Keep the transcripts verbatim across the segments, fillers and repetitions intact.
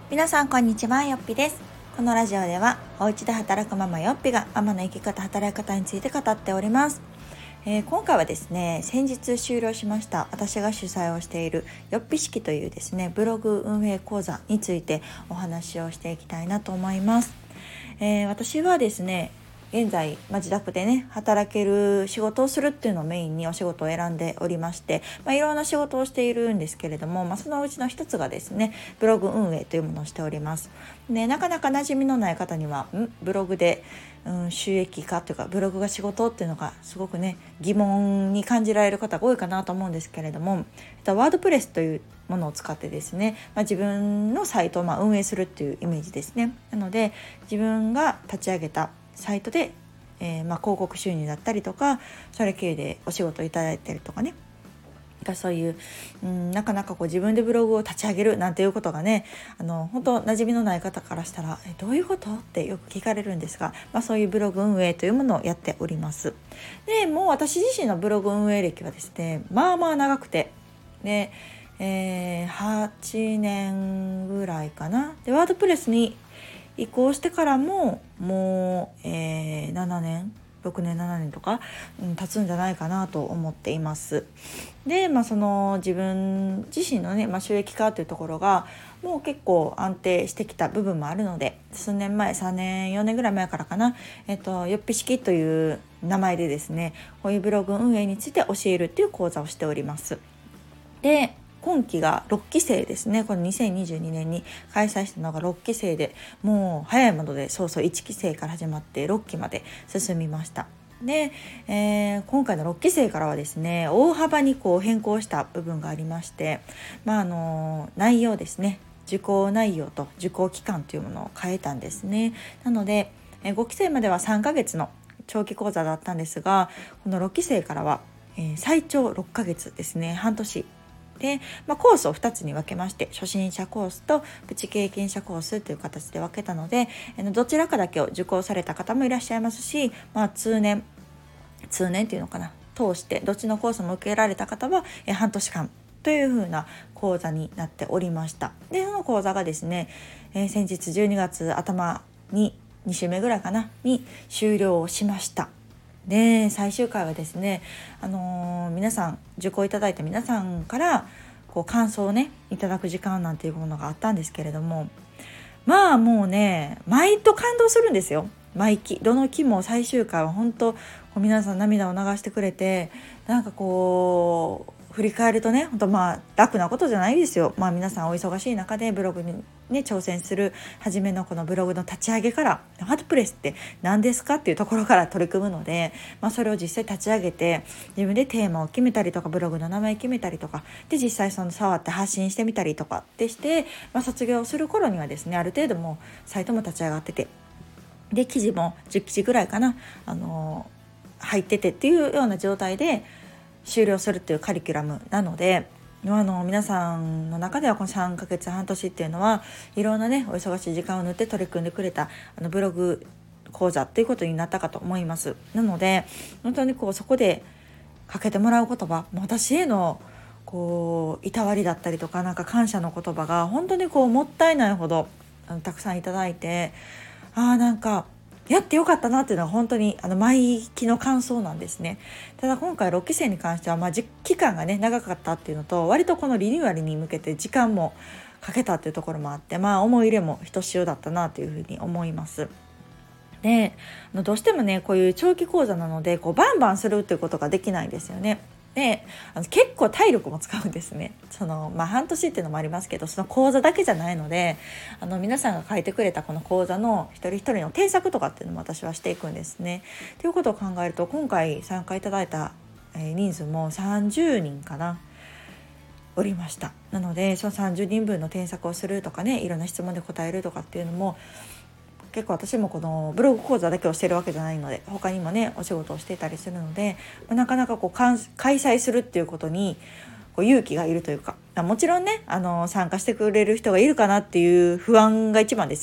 皆さんこんにちは、よっぴです。このラジオではお家で働くママよっぴがママの生き方、働き方について語っております。えー、今回はですね、先日終了しました私が主催をしているよっぴ式というですねブログ運営講座についてお話をしていきたいなと思います。えー、私はですね現在、まあ、自宅でね働ける仕事をするっていうのをメインにお仕事を選んでおりまして、まあ、いろんな仕事をしているんですけれども、まあ、そのうちの一つがですねブログ運営というものをしております。でなかなか馴染みのない方にはんブログで、うん、収益化というかブログが仕事っていうのがすごくね疑問に感じられる方が多いかなと思うんですけれども、ワードプレスというものを使ってですね、まあ、自分のサイトをまあ運営するっていうイメージですね。なので自分が立ち上げたサイトで、えー、まあ広告収入だったりとか、それ系でお仕事いただいたりとかね、そういう、うん、なかなかこう自分でブログを立ち上げるなんていうことがね、あの本当馴染みのない方からしたらえどういうことってよく聞かれるんですが、まあ、そういうブログ運営というものをやっております。でもう私自身のブログ運営歴はですねまあまあ長くて、で、えー、はちねんぐらいかな。でワードプレスに移行してからももう、えー、ななねんろくねんななねんとか、うん、経つんじゃないかなと思っています。で、まあ、その自分自身のね、まあ、収益化というところがもう結構安定してきた部分もあるので、数年前さんねんよねんぐらい前からかな、えっと、よっぴ式という名前でですねこういうブログ運営について教えるっていう講座をしております。で今期がろっき生ですね。このにせんにじゅうにねんに開催したのがろっき生で、もう早いものでそうそういっき生から始まってろっきまで進みました。で、えー、今回のろっき生からはですね大幅にこう変更した部分がありまして、まああの内容ですね、受講内容と受講期間というものを変えたんですね。なのでごき生まではさんかげつの長期講座だったんですが、このろっき生からは、えー、最長ろっかげつですね、半年で、まあ、コースをふたつに分けまして、初心者コースとプチ経験者コースという形で分けたので、どちらかだけを受講された方もいらっしゃいますし、まあ、通年通年っていうのかな通してどっちのコースも受けられた方は半年間という風な講座になっておりました。でその講座がですね、えー、先日じゅうにがつ頭にに週目ぐらいかなに終了しました。で最終回はですね、あのー、皆さん受講いただいた皆さんからこう感想をねいただく時間なんていうものがあったんですけれども、まあもうね毎度感動するんですよ。毎期どの期も最終回は本当皆さん涙を流してくれて、なんかこう振り返るとね本当まあ楽なことじゃないですよ。まあ皆さんお忙しい中でブログにね挑戦する初めのこのブログの立ち上げから、ワードプレスって何ですかっていうところから取り組むので、まあ、それを実際立ち上げて自分でテーマを決めたりとかブログの名前決めたりとかで実際その触って発信してみたりとかってして、まあ、卒業する頃にはですねある程度もうサイトも立ち上がってて、で記事もじゅっきじぐらいかな、あのー、入っててっていうような状態で終了するっていうカリキュラムなので、あの皆さんの中ではこのさんかげつ半年っていうのはいろんなねお忙しい時間を縫って取り組んでくれたあのブログ講座っていうことになったかと思います。なので本当にこうそこでかけてもらう言葉、私へのこういたわりだったりとかなんか感謝の言葉が本当にこうもったいないほどあのたくさんいただいて、あーなんかやってよかったなっていうのは本当にあの毎期の感想なんですね。ただ今回ろっき生に関しては、まあ、期間がね長かったっていうのと、割とこのリニューアルに向けて時間もかけたっていうところもあって、まあ思い入れもひとしおだったなというふうに思います。でどうしてもねこういう長期講座なのでこうバンバンするっていうことができないんですよね。であの結構体力も使うんですね。その、まあ、半年っていうのもありますけど、その講座だけじゃないので、あの皆さんが書いてくれたこの講座の一人一人の添削とかっていうのも私はしていくんですね。ということを考えると今回参加いただいた、えー、人数もさんじゅうにんかなおりました。なのでそのさんじゅうにんぶんの添削をするとかね、いろんな質問で答えるとかっていうのも結構私もこのブログ講座だけをしてるわけじゃないので、他にもねお仕事をしていたりするので、なかなかこう開催するっていうことにこう勇気がいるというか、もちろんねあの参加してくれる人がいるかなっていう不安が一番ですよ。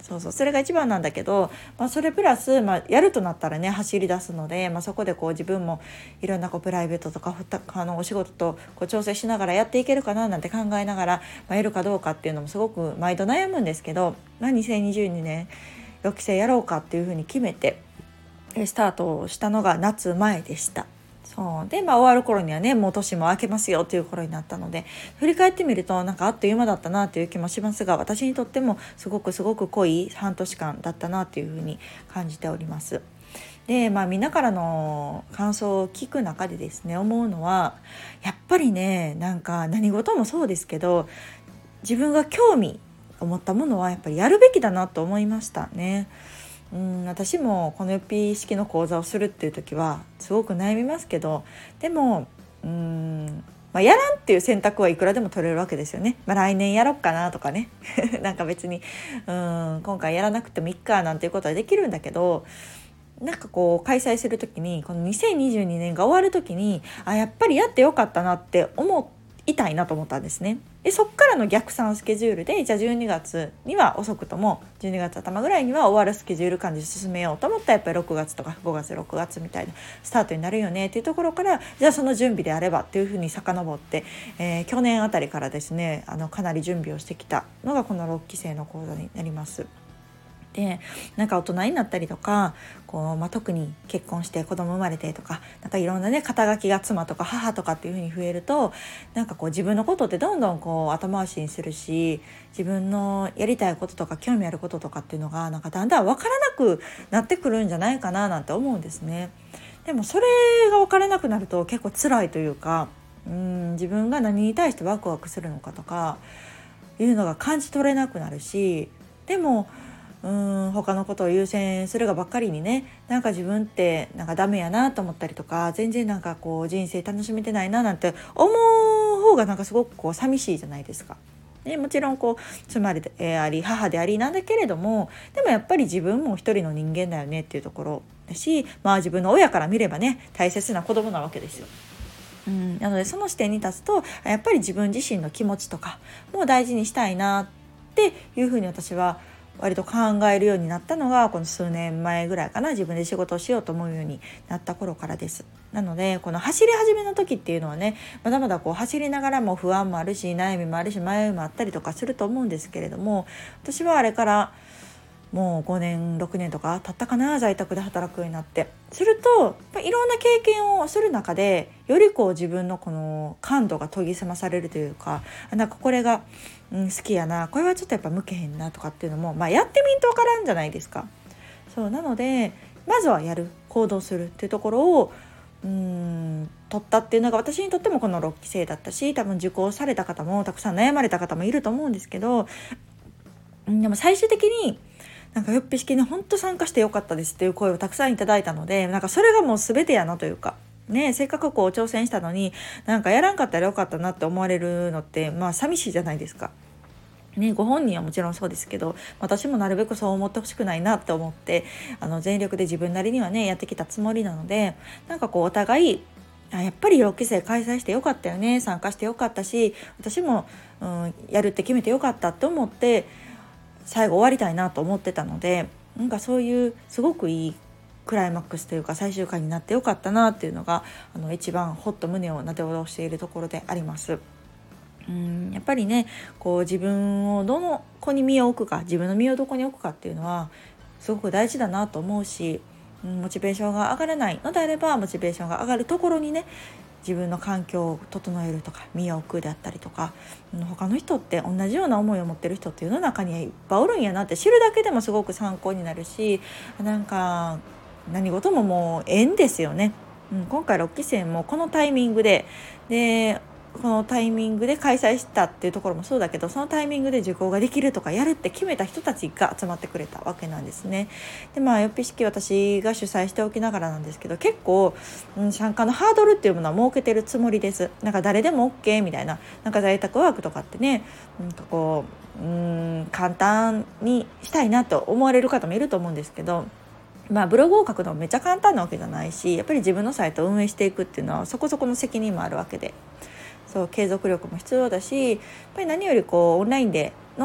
そうそう、それが一番なんだけど、まあ、それプラス、まあ、やるとなったらね走り出すので、まあ、そこでこう自分もいろんなこうプライベートとかふたあのお仕事とこう調整しながらやっていけるかななんて考えながら、まあ、やるかどうかっていうのもすごく毎度悩むんですけど、まあ、にせんにじゅうにねんろっきせいやろうかっていうふうに決めてスタートしたのが夏前でした。そうで、まあ、終わる頃にはねもう年も明けますよっていう頃になったので、振り返ってみるとなんかあっという間だったなという気もしますが、私にとってもすごくすごく濃い半年間だったなというふうに感じております。で、まあ、みんなからの感想を聞く中でですね思うのは、やっぱりねなんか何事もそうですけど、自分が興味を持ったものはやっぱりやるべきだなと思いましたね。うん、私もこのよっぴ式の講座をするっていう時はすごく悩みますけど、でもうーん、まあ、やらんっていう選択はいくらでも取れるわけですよね。まあ、来年やろっかなとかねなんか別にうん今回やらなくてもいいかなんていうことはできるんだけど、なんかこう開催する時にこのにせんにじゅうにねんが終わる時にあやっぱりやってよかったなって思いたいなと思ったんですね。でそっからの逆算スケジュールで、じゃあじゅうにがつには遅くともじゅうにがつ頭ぐらいには終わるスケジュール感で進めようと思ったら、やっぱりろくがつとかごがつろくがつみたいなスタートになるよねっていうところから、じゃあその準備であればっていうふうに遡って、えー、去年あたりからですねあのかなり準備をしてきたのがこのろっきせいの講座になります。でなんか大人になったりとかこう、まあ、特に結婚して子供生まれてとか、なんかいろんなね肩書きが妻とか母とかっていう風に増えると、なんかこう自分のことってどんどんこう後回しにするし、自分のやりたいこととか興味あることとかっていうのがなんかだんだん分からなくなってくるんじゃないかななんて思うんですね。でもそれが分からなくなると結構辛いというか、うん自分が何に対してワクワクするのかとかいうのが感じ取れなくなるし、でもうーん他のことを優先するがばっかりにね、なんか自分ってなんかダメやなと思ったりとか、全然なんかこう人生楽しめてないななんて思う方がなんかすごくこう寂しいじゃないですか。でもちろんこう妻であり母でありなんだけれども、でもやっぱり自分も一人の人間だよねっていうところだし、まあ自分の親から見ればね大切な子供なわけですよ。うん、なのでその視点に立つとやっぱり自分自身の気持ちとかも大事にしたいなっていうふうに私は割と考えるようになったのがこの数年前ぐらいかな。自分で仕事をしようと思うようになった頃からです。なのでこの走り始めの時っていうのはね、まだまだこう走りながらも不安もあるし悩みもあるし迷いもあったりとかすると思うんですけれども、私はあれからもうごねんろくねんとか経ったかな、在宅で働くようになって。するといろんな経験をする中でよりこう自分のこの感度が研ぎ澄まされるというか、なんかこれが、うん、好きやな、これはちょっとやっぱ向けへんなとかっていうのも、まあ、やってみんとわからんじゃないですか。そうなのでまずはやる、行動するっていうところをうーん取ったっていうのが私にとってもこのろっきせいだったし、多分受講された方もたくさん悩まれた方もいると思うんですけど、でも最終的になんかよっぴ式に本当参加してよかったですっていう声をたくさんいただいたので、なんかそれがもう全てやなというかね、せっかくこう挑戦したのになんかやらんかったらよかったなって思われるのってまあ寂しいじゃないですか。ね、ご本人はもちろんそうですけど、私もなるべくそう思ってほしくないなって思ってあの全力で自分なりにはねやってきたつもりなので、なんかこうお互いあやっぱりろっきせい開催してよかったよね、参加してよかったし私も、うん、やるって決めてよかったって思って最後終わりたいなと思ってたので、なんかそういうすごくいいクライマックスというか最終回になってよかったなっていうのがあの一番ほっと胸をなで下ろしているところであります。うんやっぱりねこう自分をどの子に身を置くか、自分の身をどこに置くかっていうのはすごく大事だなと思うし、うん、モチベーションが上がらないのであればモチベーションが上がるところにね自分の環境を整えるとか身を置くであったりとか、他の人って同じような思いを持ってる人っていうの中にはいっぱいおるんやなって知るだけでもすごく参考になるし、なんか何事ももう縁ですよね。うん、今回ろっきせいもこのタイミングででこのタイミングで開催したっていうところもそうだけど、そのタイミングで受講ができるとかやるって決めた人たちが集まってくれたわけなんですね。でまあよっぴ式私が主催しておきながらなんですけど、結構、うん、参加のハードルっていうものは設けてるつもりです。なんか誰でも OK みたいな、なんか在宅ワークとかってね、なんかこう、うーん簡単にしたいなと思われる方もいると思うんですけど、まあ、ブログを書くのはめっちゃ簡単なわけじゃないし、やっぱり自分のサイトを運営していくっていうのはそこそこの責任もあるわけで、そう継続力も必要だし、やっぱり何よりこうオンラインでの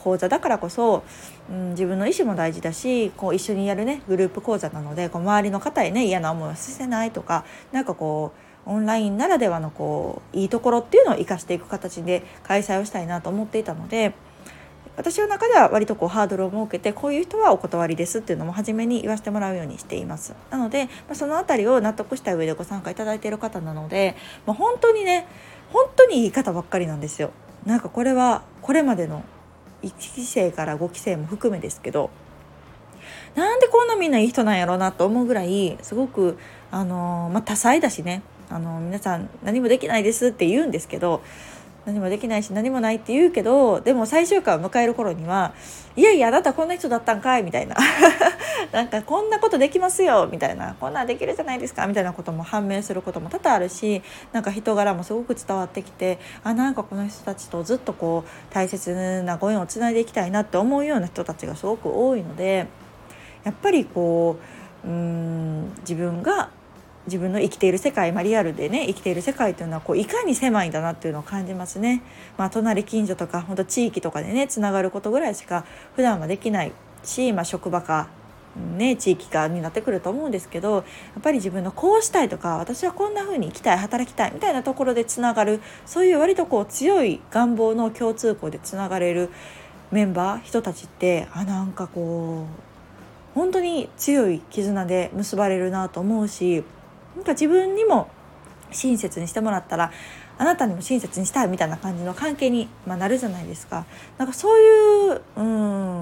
講座だからこそ、うん、自分の意思も大事だし、こう一緒にやるねグループ講座なので、こう周りの方へね嫌な思いをさせないとか、なんかこうオンラインならではのこういいところっていうのを生かしていく形で開催をしたいなと思っていたので、私の中では割とこうハードルを設けて、こういう人はお断りですっていうのも初めに言わせてもらうようにしています。なので、まあ、そのあたりを納得した上でご参加いただいている方なので、まあ、本当にね本当にいい方ばっかりなんですよ。なんかこれはこれまでのいちきせいからごきせいも含めですけど、なんでこんなみんないい人なんやろうなと思うぐらい、すごくあの、まあ、多彩だしね、あの皆さん何もできないですって言うんですけど、何もできないし何もないって言うけど、でも最終回を迎える頃には、いやいやあなたこんな人だったんかいみたいななんかこんなことできますよみたいな、こんなんできるじゃないですかみたいなことも判明することも多々あるし、なんか人柄もすごく伝わってきて、あなんかこの人たちとずっとこう大切なご縁をつないでいきたいなって思うような人たちがすごく多いので、やっぱりこう、うーん自分が自分の生きている世界、まあ、リアルでね生きている世界というのはこういかに狭いんだなっていうのを感じますね。まあ、隣近所とか本当地域とかでねつながることぐらいしか普段はできないし、まあ、職場か、ね、地域かになってくると思うんですけど、やっぱり自分のこうしたいとか、私はこんな風に生きたい働きたいみたいなところでつながる、そういう割とこう強い願望の共通項でつながれるメンバー人たちって、あなんかこう本当に強い絆で結ばれるなと思うし、なんか自分にも親切にしてもらったらあなたにも親切にしたいみたいな感じの関係に、まあ、なるじゃないですか。なんかそういう、うん、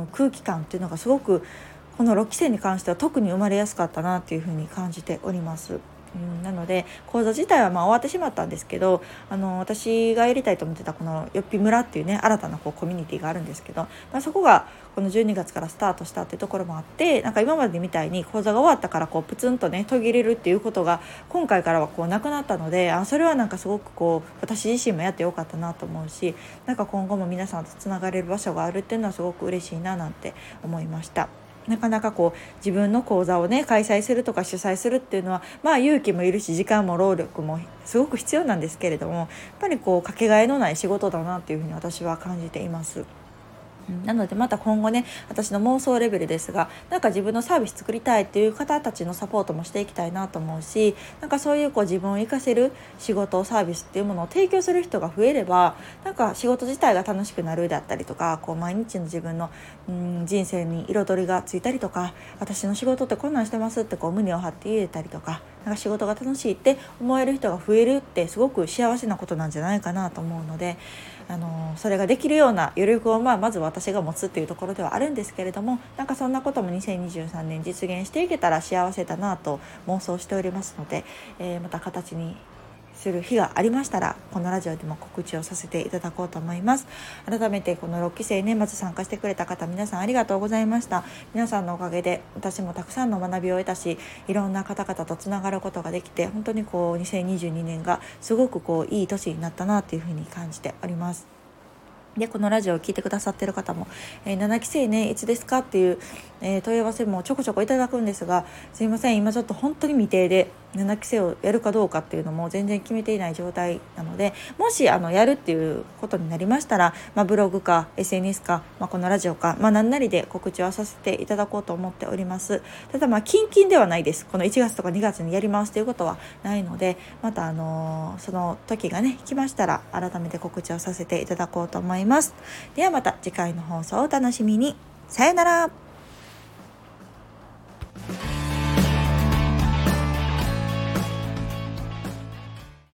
空気感っていうのがすごくこのろっきせいに関しては特に生まれやすかったなっていうふうに感じております。うん、なので講座自体はまあ終わってしまったんですけど、あの私がやりたいと思ってたこのよっぴ村っていうね新たなこうコミュニティがあるんですけど、まあ、そこがこのじゅうにがつからスタートしたっていうところもあって、なんか今までみたいに講座が終わったからこうプツンとね途切れるっていうことが今回からはこうなくなったので、あそれはなんかすごくこう私自身もやってよかったなと思うし、なんか今後も皆さんとつながれる場所があるっていうのはすごく嬉しいななんて思いました。なかなかこう自分の講座をね開催するとか主催するっていうのは、まあ勇気もいるし時間も労力もすごく必要なんですけれども、やっぱりこうかけがえのない仕事だなっていうふうに私は感じています。なのでまた今後ね、私の妄想レベルですが、なんか自分のサービス作りたいっていう方たちのサポートもしていきたいなと思うし、なんかそういうこう自分を生かせる仕事サービスっていうものを提供する人が増えれば、なんか仕事自体が楽しくなるだったりとか、こう毎日の自分のうん人生に彩りがついたりとか、私の仕事ってこんなんしてますってこう胸を張って言えたりとか、なんか仕事が楽しいって思える人が増えるってすごく幸せなことなんじゃないかなと思うので、あのそれができるような余力をまあまず私が持つっていうところではあるんですけれども、なんかそんなこともにせんにじゅうさんねん実現していけたら幸せだなと妄想しておりますので、えー、また形にする日がありましたらこのラジオでも告知をさせていただこうと思います。改めてこのろっきせい年末参加してくれた方皆さんありがとうございました。皆さんのおかげで私もたくさんの学びを得たし、いろんな方々とつながることができて、本当にこうにせんにじゅうにねんがすごくこういい年になったなというふうに感じております。でこのラジオを聞いてくださっている方も、えー、ななきせいねいつですかっていう、えー、問い合わせもちょこちょこいただくんですが、すいません今ちょっと本当に未定でななきせいをやるかどうかっていうのも全然決めていない状態なので、もしあのやるっていうことになりましたら、まあ、ブログか エスエヌエス か、まあ、このラジオか、まあ、何なりで告知はさせていただこうと思っております。ただまあ近々ではないです。このいちがつとかにがつにやりますということはないので、またあのー、その時がね来ましたら改めて告知をさせていただこうと思います。ではまた次回の放送をお楽しみに。さよなら。